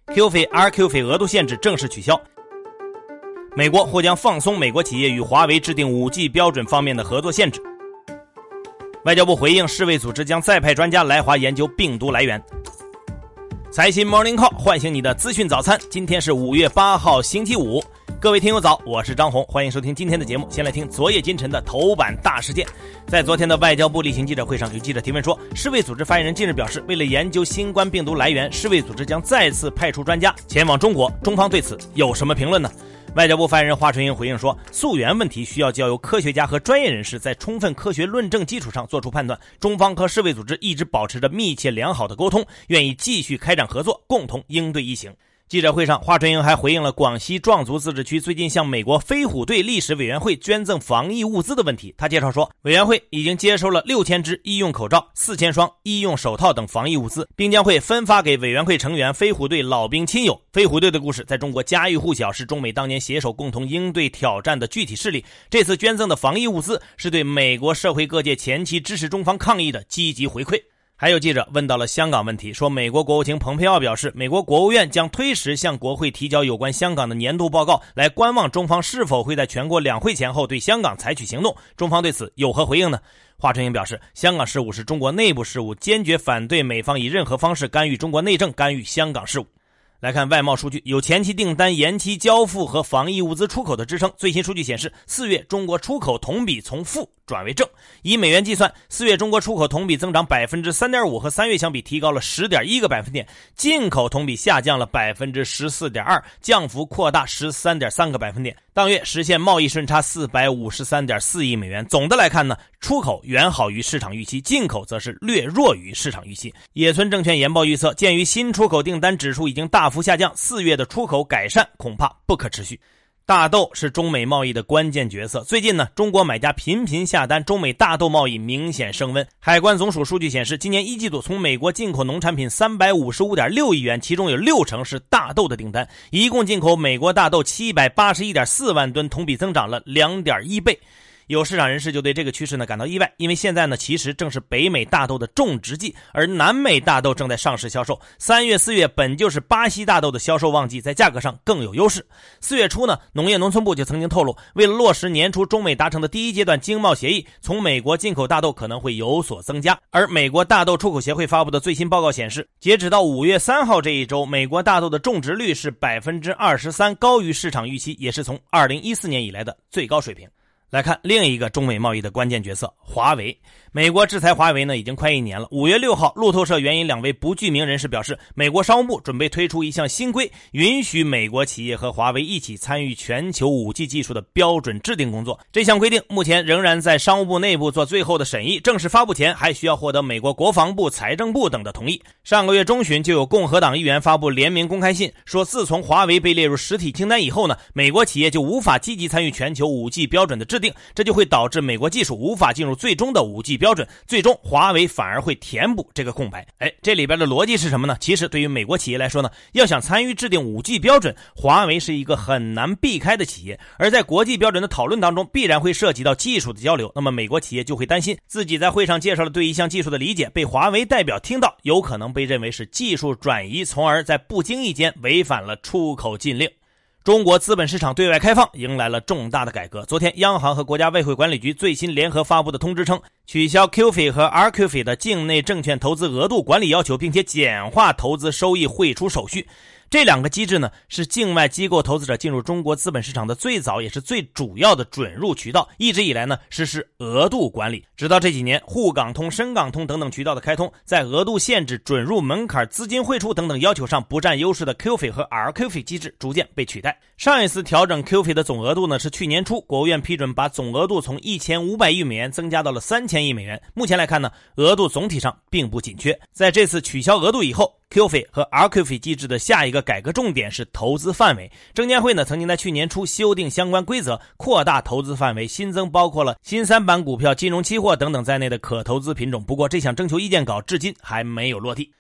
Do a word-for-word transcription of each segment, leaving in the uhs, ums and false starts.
Q 费 R Q 费额度限制正式取消。美国或将放松美国企业与华为制定 五 G 标准方面的合作限制。外交部回应世卫组织将再派专家来华研究病毒来源。财新 Morning Call 唤醒你的资讯早餐，今天是五月八号星期五，各位听友早，我是张红，欢迎收听今天的节目。先来听昨夜今晨的头版大事件。在昨天的外交部例行记者会上，有记者提问说，世卫组织发言人近日表示，为了研究新冠病毒来源，世卫组织将再次派出专家前往中国，中方对此有什么评论呢？外交部发言人华春莹回应说，溯源问题需要交由科学家和专业人士在充分科学论证基础上做出判断，中方和世卫组织一直保持着密切良好的沟通，愿意继续开展合作，共同应对疫情。记者会上，华春莹还回应了广西壮族自治区最近向美国飞虎队历史委员会捐赠防疫物资的问题。他介绍说，委员会已经接收了六千只医用口罩、四千双医用手套等防疫物资，并将会分发给委员会成员、飞虎队老兵亲友。飞虎队的故事在中国家喻户晓，是中美当年携手共同应对挑战的具体事例。这次捐赠的防疫物资是对美国社会各界前期支持中方抗疫的积极回馈。还有记者问到了香港问题，说美国国务卿蓬佩奥表示，美国国务院将推迟向国会提交有关香港的年度报告，来观望中方是否会在全国两会前后对香港采取行动。中方对此有何回应呢？华春莹表示，香港事务是中国内部事务，坚决反对美方以任何方式干预中国内政，干预香港事务。来看外贸数据，有前期订单延期交付和防疫物资出口的支撑。最新数据显示，四月中国出口同比从负转为正，以美元计算，四月中国出口同比增长 百分之三点五， 和三月相比提高了 十点一个百分点，进口同比下降了 百分之十四点二， 降幅扩大 十三点三个百分点。当月实现贸易顺差 四百五十三点四亿美元。总的来看呢，出口远好于市场预期，进口则是略弱于市场预期。野村证券研报预测，鉴于新出口订单指数已经大幅下降，四月的出口改善恐怕不可持续。大豆是中美贸易的关键角色，最近呢，中国买家频频下单，中美大豆贸易明显升温。海关总署数据显示，今年一季度从美国进口农产品 三百五十五点六亿元，其中有六成是大豆的订单，一共进口美国大豆 七百八十一点四万吨，同比增长了 两点一倍。有市场人士就对这个趋势呢感到意外，因为现在呢其实正是北美大豆的种植季，而南美大豆正在上市销售。三月四月本就是巴西大豆的销售旺季，在价格上更有优势。四月初呢，农业农村部就曾经透露，为了落实年初中美达成的第一阶段经贸协议，从美国进口大豆可能会有所增加。而美国大豆出口协会发布的最新报告显示，截止到五月三号这一周，美国大豆的种植率是 百分之二十三， 高于市场预期，也是从二零一四年以来的最高水平。来看另一个中美贸易的关键角色，华为。美国制裁华为呢已经快一年了。五月六号，路透社援引两位不具名人士表示，美国商务部准备推出一项新规，允许美国企业和华为一起参与全球 五 G 技术的标准制定工作。这项规定目前仍然在商务部内部做最后的审议，正式发布前还需要获得美国国防部、财政部等的同意。上个月中旬就有共和党议员发布联名公开信，说自从华为被列入实体清单以后呢，美国企业就无法积极参与全球 五 G 标准的制定，这就会导致美国技术无法进入最终的 五 G 标准，最终华为反而会填补这个空白。哎，这里边的逻辑是什么呢？其实对于美国企业来说呢，要想参与制定 五 G 标准，华为是一个很难避开的企业，而在国际标准的讨论当中，必然会涉及到技术的交流，那么美国企业就会担心自己在会上介绍了对一项技术的理解被华为代表听到，有可能被认为是技术转移，从而在不经意间违反了出口禁令。中国资本市场对外开放迎来了重大的改革。昨天，央行和国家外汇管理局最新联合发布的通知称，取消 Q 费和 R Q 费的境内证券投资额度管理要求，并且简化投资收益汇出手续。这两个机制呢，是境外机构投资者进入中国资本市场的最早也是最主要的准入渠道。一直以来呢，实施额度管理，直到这几年沪港通、深港通等等渠道的开通，在额度限制、准入门槛、资金汇出等等要求上不占优势的 Q 费和 R Q 费机制逐渐被取代。上一次调整 Q 费的总额度呢，是去年初国务院批准把总额度从一千五百亿美元增加到了三千亿美元。目前来看呢，额度总体上并不紧缺。在这次取消额度以后， Q 费和 R Q 费机制的下一个改革重点是投资范围。证监会呢曾经在去年初修订相关规则，扩大投资范围，新增包括了新三板股票、金融期货等等在内的可投资品种。不过这项征求意见稿至今还没有落地。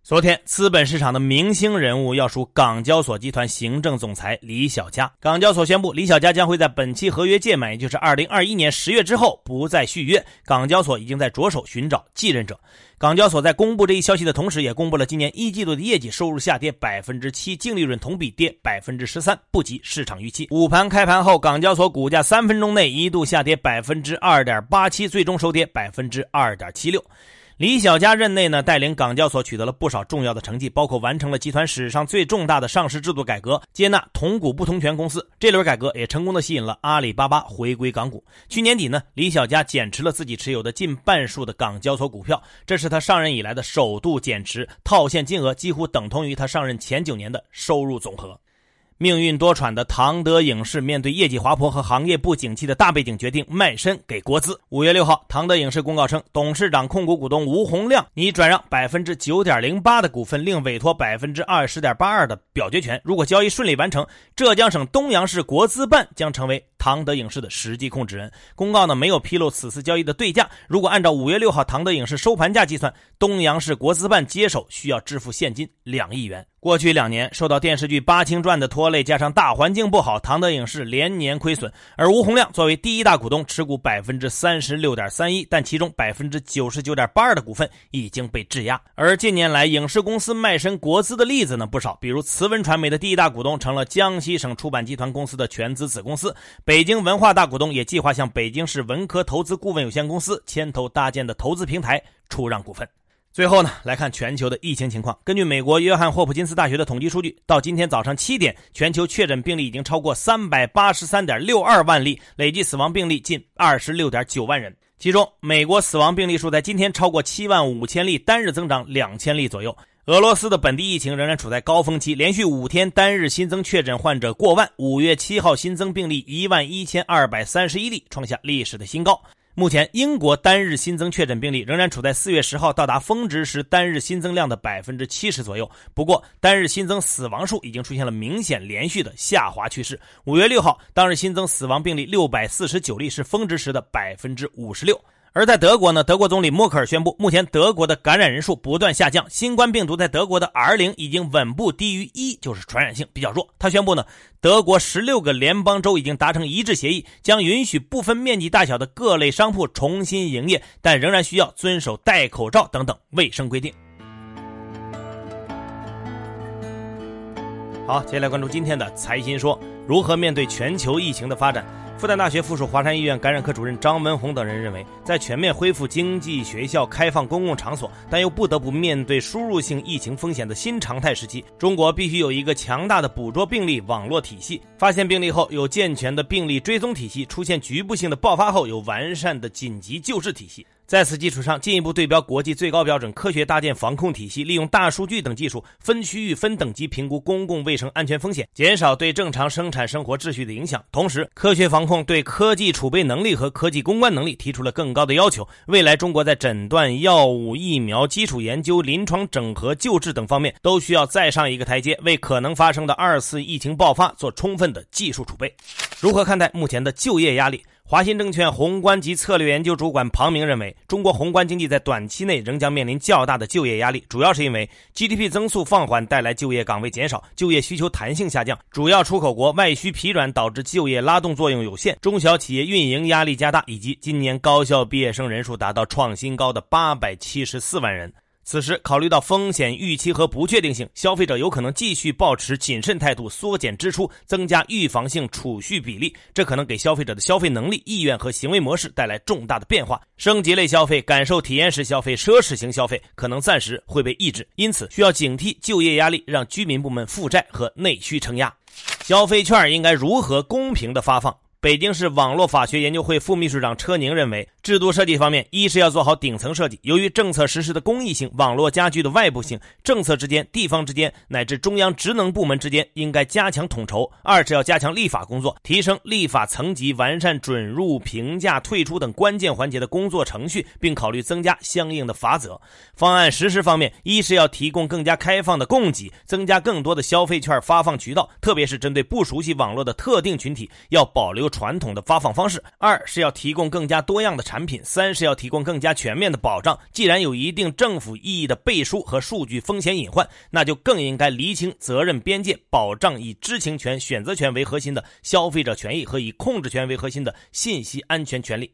昨天，资本市场的明星人物要数港交所集团行政总裁李小加。港交所宣布，李小加将会在本期合约届满，也就是二零二一年十月之后不再续约。港交所已经在着手寻找继任者。港交所在公布这一消息的同时，也公布了今年一季度的业绩，收入下跌 百分之七， 净利润同比跌 百分之十三， 不及市场预期。午盘开盘后，港交所股价三分钟内一度下跌 百分之二点八七， 最终收跌 百分之二点七六。李小加任内呢，带领港交所取得了不少重要的成绩，包括完成了集团史上最重大的上市制度改革，接纳同股不同权公司。这轮改革也成功的吸引了阿里巴巴回归港股。去年底呢，李小加减持了自己持有的近半数的港交所股票，这是他上任以来的首度减持，套现金额几乎等同于他上任前九年的收入总和。命运多舛的唐德影视面对业绩滑坡和行业不景气的大背景，决定卖身给国资。五月六号，唐德影视公告称，董事长控股股东吴洪亮拟转让 百分之九点零八 的股份，另委托 百分之二十点八二 的表决权。如果交易顺利完成，浙江省东阳市国资办将成为唐德影视的实际控制人。公告呢没有披露此次交易的对价，如果按照五月六号唐德影视收盘价计算，东阳市国资办接手需要支付现金两亿元。过去两年受到电视剧《八清传》的拖累，加上大环境不好，唐德影视连年亏损。而吴洪亮作为第一大股东，持股 百分之三十六点三一， 但其中 百分之九十九点八二 的股份已经被质押。而近年来影视公司卖身国资的例子呢不少，比如慈文传媒的第一大股东成了江西省出版集团公司的全资子公司，北京文化大股东也计划向北京市文科投资顾问有限公司牵头搭建的投资平台出让股份。最后呢，来看全球的疫情情况。根据美国约翰霍普金斯大学的统计数据，到今天早上七点，全球确诊病例已经超过 三百八十三点六二万例，累计死亡病例近 二十六点九万人。其中，美国死亡病例数在今天超过七万五千例，单日增长两千例左右。俄罗斯的本地疫情仍然处在高峰期，连续五天单日新增确诊患者过万。五月七号新增病例一万一千二百三十一例，创下历史的新高。目前英国单日新增确诊病例仍然处在四月十号到达峰值时单日新增量的 百分之七十 左右，不过单日新增死亡数已经出现了明显连续的下滑趋势。五月六号当日新增死亡病例六百四十九例，是峰值时的 百分之五十六。而在德国呢，德国总理默克尔宣布，目前德国的感染人数不断下降，新冠病毒在德国的 R 零 已经稳步低于一，就是传染性比较弱。他宣布呢，德国十六个联邦州已经达成一致协议，将允许部分面积大小的各类商铺重新营业，但仍然需要遵守戴口罩等等卫生规定。好，接下来关注今天的财新说，如何面对全球疫情的发展。复旦大学附属华山医院感染科主任张文宏等人认为，在全面恢复经济、学校、开放公共场所，但又不得不面对输入性疫情风险的新常态时期，中国必须有一个强大的捕捉病例网络体系，发现病例后有健全的病例追踪体系，出现局部性的爆发后有完善的紧急救治体系。在此基础上，进一步对标国际最高标准，科学搭建防控体系，利用大数据等技术，分区域、分等级评估公共卫生安全风险，减少对正常生产生活秩序的影响。同时，科学防控对科技储备能力和科技攻关能力提出了更高的要求。未来中国在诊断、药物、疫苗、基础研究、临床整合、救治等方面都需要再上一个台阶，为可能发生的二次疫情爆发做充分的技术储备。如何看待目前的就业压力？华信证券宏观及策略研究主管庞明认为，中国宏观经济在短期内仍将面临较大的就业压力，主要是因为 G D P 增速放缓带来就业岗位减少，就业需求弹性下降，主要出口国外需疲软导致就业拉动作用有限，中小企业运营压力加大，以及今年高校毕业生人数达到创新高的八百七十四万人。此时考虑到风险预期和不确定性，消费者有可能继续保持谨慎态度，缩减支出，增加预防性储蓄比例，这可能给消费者的消费能力、意愿和行为模式带来重大的变化。升级类消费、感受体验式消费、奢侈型消费可能暂时会被抑制，因此需要警惕就业压力让居民部门负债和内需承压。消费券应该如何公平的发放？北京市网络法学研究会副秘书长车宁认为，制度设计方面，一是要做好顶层设计，由于政策实施的公益性、网络家居的外部性，政策之间、地方之间乃至中央职能部门之间应该加强统筹；二是要加强立法工作，提升立法层级，完善准入、评价、退出等关键环节的工作程序，并考虑增加相应的法则。方案实施方面，一是要提供更加开放的供给，增加更多的消费券发放渠道，特别是针对不熟悉网络的特定群体，要保留传统的发放方式；二是要提供更加多样的产产品，三是要提供更加全面的保障。既然有一定政府意义的背书和数据风险隐患，那就更应该厘清责任边界，保障以知情权、选择权为核心的消费者权益和以控制权为核心的信息安全权利。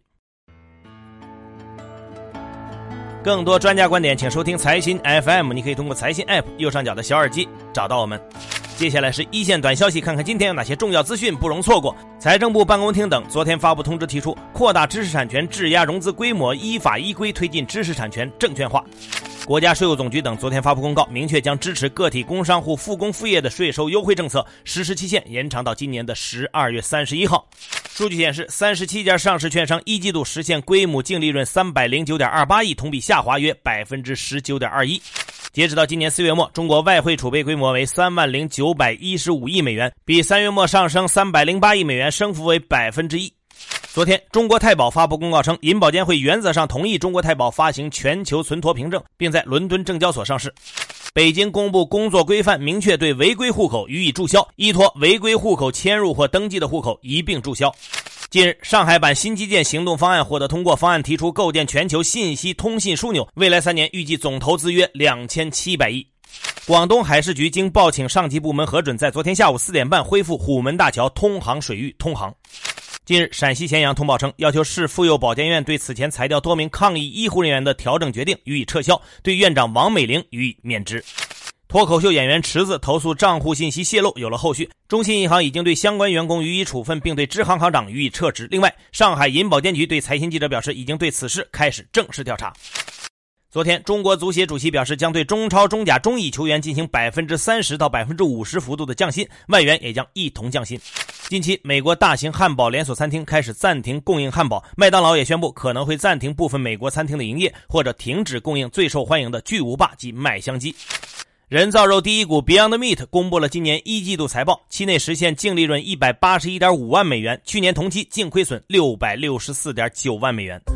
更多专家观点请收听财新 F M， 你可以通过财新 App 右上角的小耳机找到我们。接下来是一线短消息，看看今天有哪些重要资讯不容错过。财政部办公厅等昨天发布通知，提出扩大知识产权质押融资规模，依法依规推进知识产权证券化。国家税务总局等昨天发布公告，明确将支持个体工商户复工复业的税收优惠政策实施期限延长到今年的十二月三十一号。数据显示，三十七家上市券商一季度实现归母净利润三百零九点二八亿，同比下滑约 百分之十九点二一。截止到今年四月末，中国外汇储备规模为三万零九百一十五亿美元，比三月末上升三百零八亿美元，升幅为百分之一。昨天，中国太保发布公告称，银保监会原则上同意中国太保发行全球存托凭证，并在伦敦证交所上市。北京公布工作规范，明确对违规户口予以注销，依托违规户口迁入或登记的户口一并注销。近日，上海版新基建行动方案获得通过，方案提出构建全球信息通信枢纽，未来三年预计总投资约两千七百亿。广东海事局经报请上级部门核准，在昨天下午四点半恢复虎门大桥通航水域通航。近日，陕西咸阳通报称，要求市妇幼保健院对此前裁掉多名抗疫医护人员的调整决定予以撤销，对院长王美玲予以免职。脱口秀演员池子投诉账户信息泄露有了后续，中信银行已经对相关员工予以处分，并对支行行长予以撤职。另外，上海银保监局对财新记者表示，已经对此事开始正式调查。昨天，中国足协主席表示，将对中超、中甲、中乙球员进行 百分之三十 到 百分之五十 幅度的降薪，外援也将一同降薪。近期，美国大型汉堡连锁餐厅开始暂停供应汉堡，麦当劳也宣布可能会暂停部分美国餐厅的营业，或者停止供应最受欢迎的巨无霸及麦香鸡。人造肉第一股 Beyond Meat 公布了今年一季度财报，期内实现净利润 一百八十一点五万美元，去年同期净亏损 六百六十四点九万美元。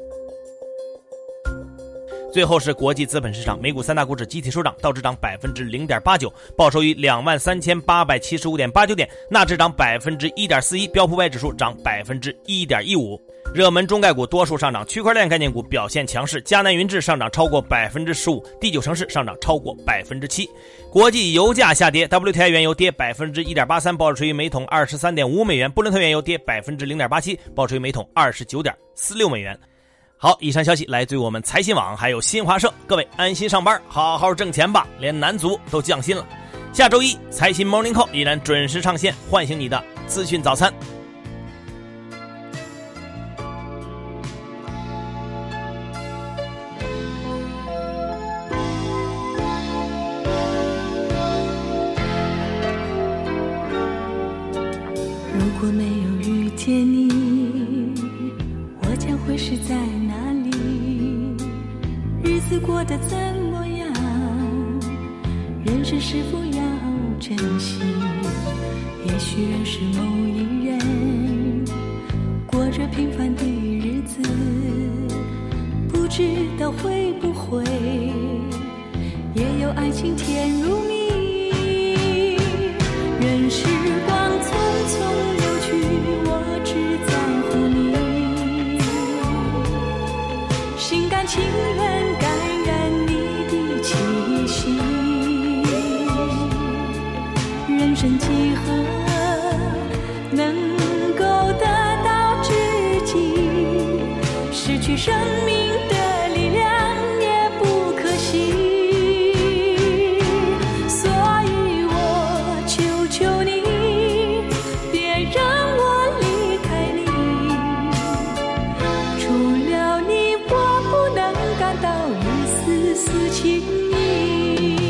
最后是国际资本市场，美股三大股指集体收涨，道指涨 百分之零点八九， 报收于 两万三千八百七十五点八九点，纳指涨 百分之一点四一， 标普五百指数涨 百分之一点一五。热门中概股多数上涨，区块链概念股表现强势，迦南云智上涨超过 百分之十五， 第九城市上涨超过 百分之七。 国际油价下跌， W T I 原油跌 百分之一点八三， 报收于每桶 二十三点五美元，布伦特原油跌 百分之零点八七， 报收于每桶 二十九点四六美元。好，以上消息来自于我们财新网还有新华社，各位安心上班，好好挣钱吧，连男足都降薪了。下周一财新 Morning Call 依然准时上线，唤醒你的资讯早餐。 如果没有遇见你，我将会是在哪里？日子过得怎么样？人生是否要珍惜？也许认识某一人，过着平凡的日子，不知道会不会也有爱情甜如蜜。任时光匆匆流去，我只在乎你，心甘情愿感染你的气息。人生几何能够得到知己，失去生命的力量也不可惜。所以我求求你，别让我离开你，除了你我不能感到一丝丝情意。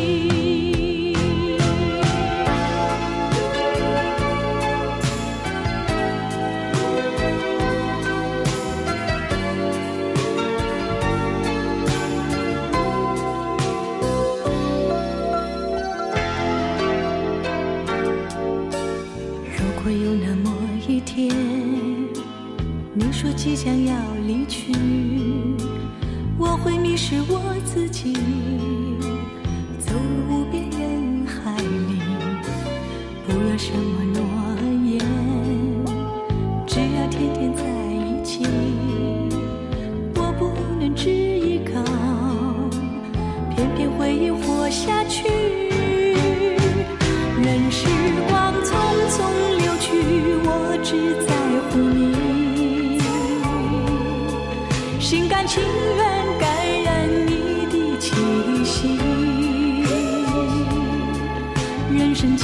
如果有那么一天，你说即将要离去，我会迷失我自己，走入无边人海里，不要什么诺言，只要天天在一起。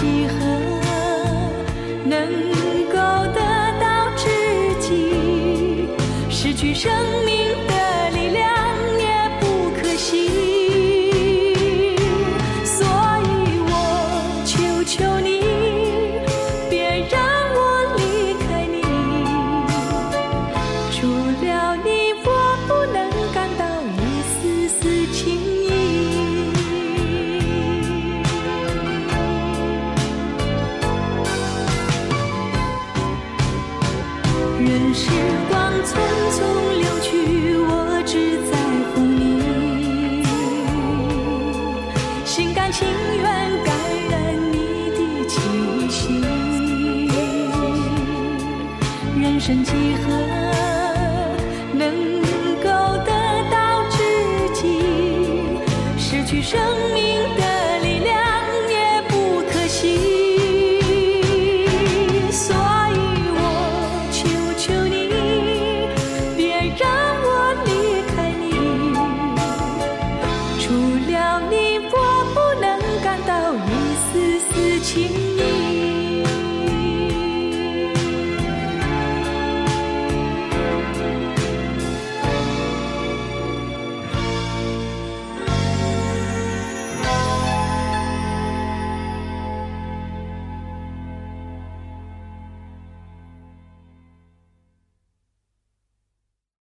几何能够得到知己？失去生命的力量也不可惜。所以我求求你，别让我离开你。除了你，我不能感到一丝丝情意。任时光匆匆流去，我只在乎你，心甘情愿感染你的气息。人生几何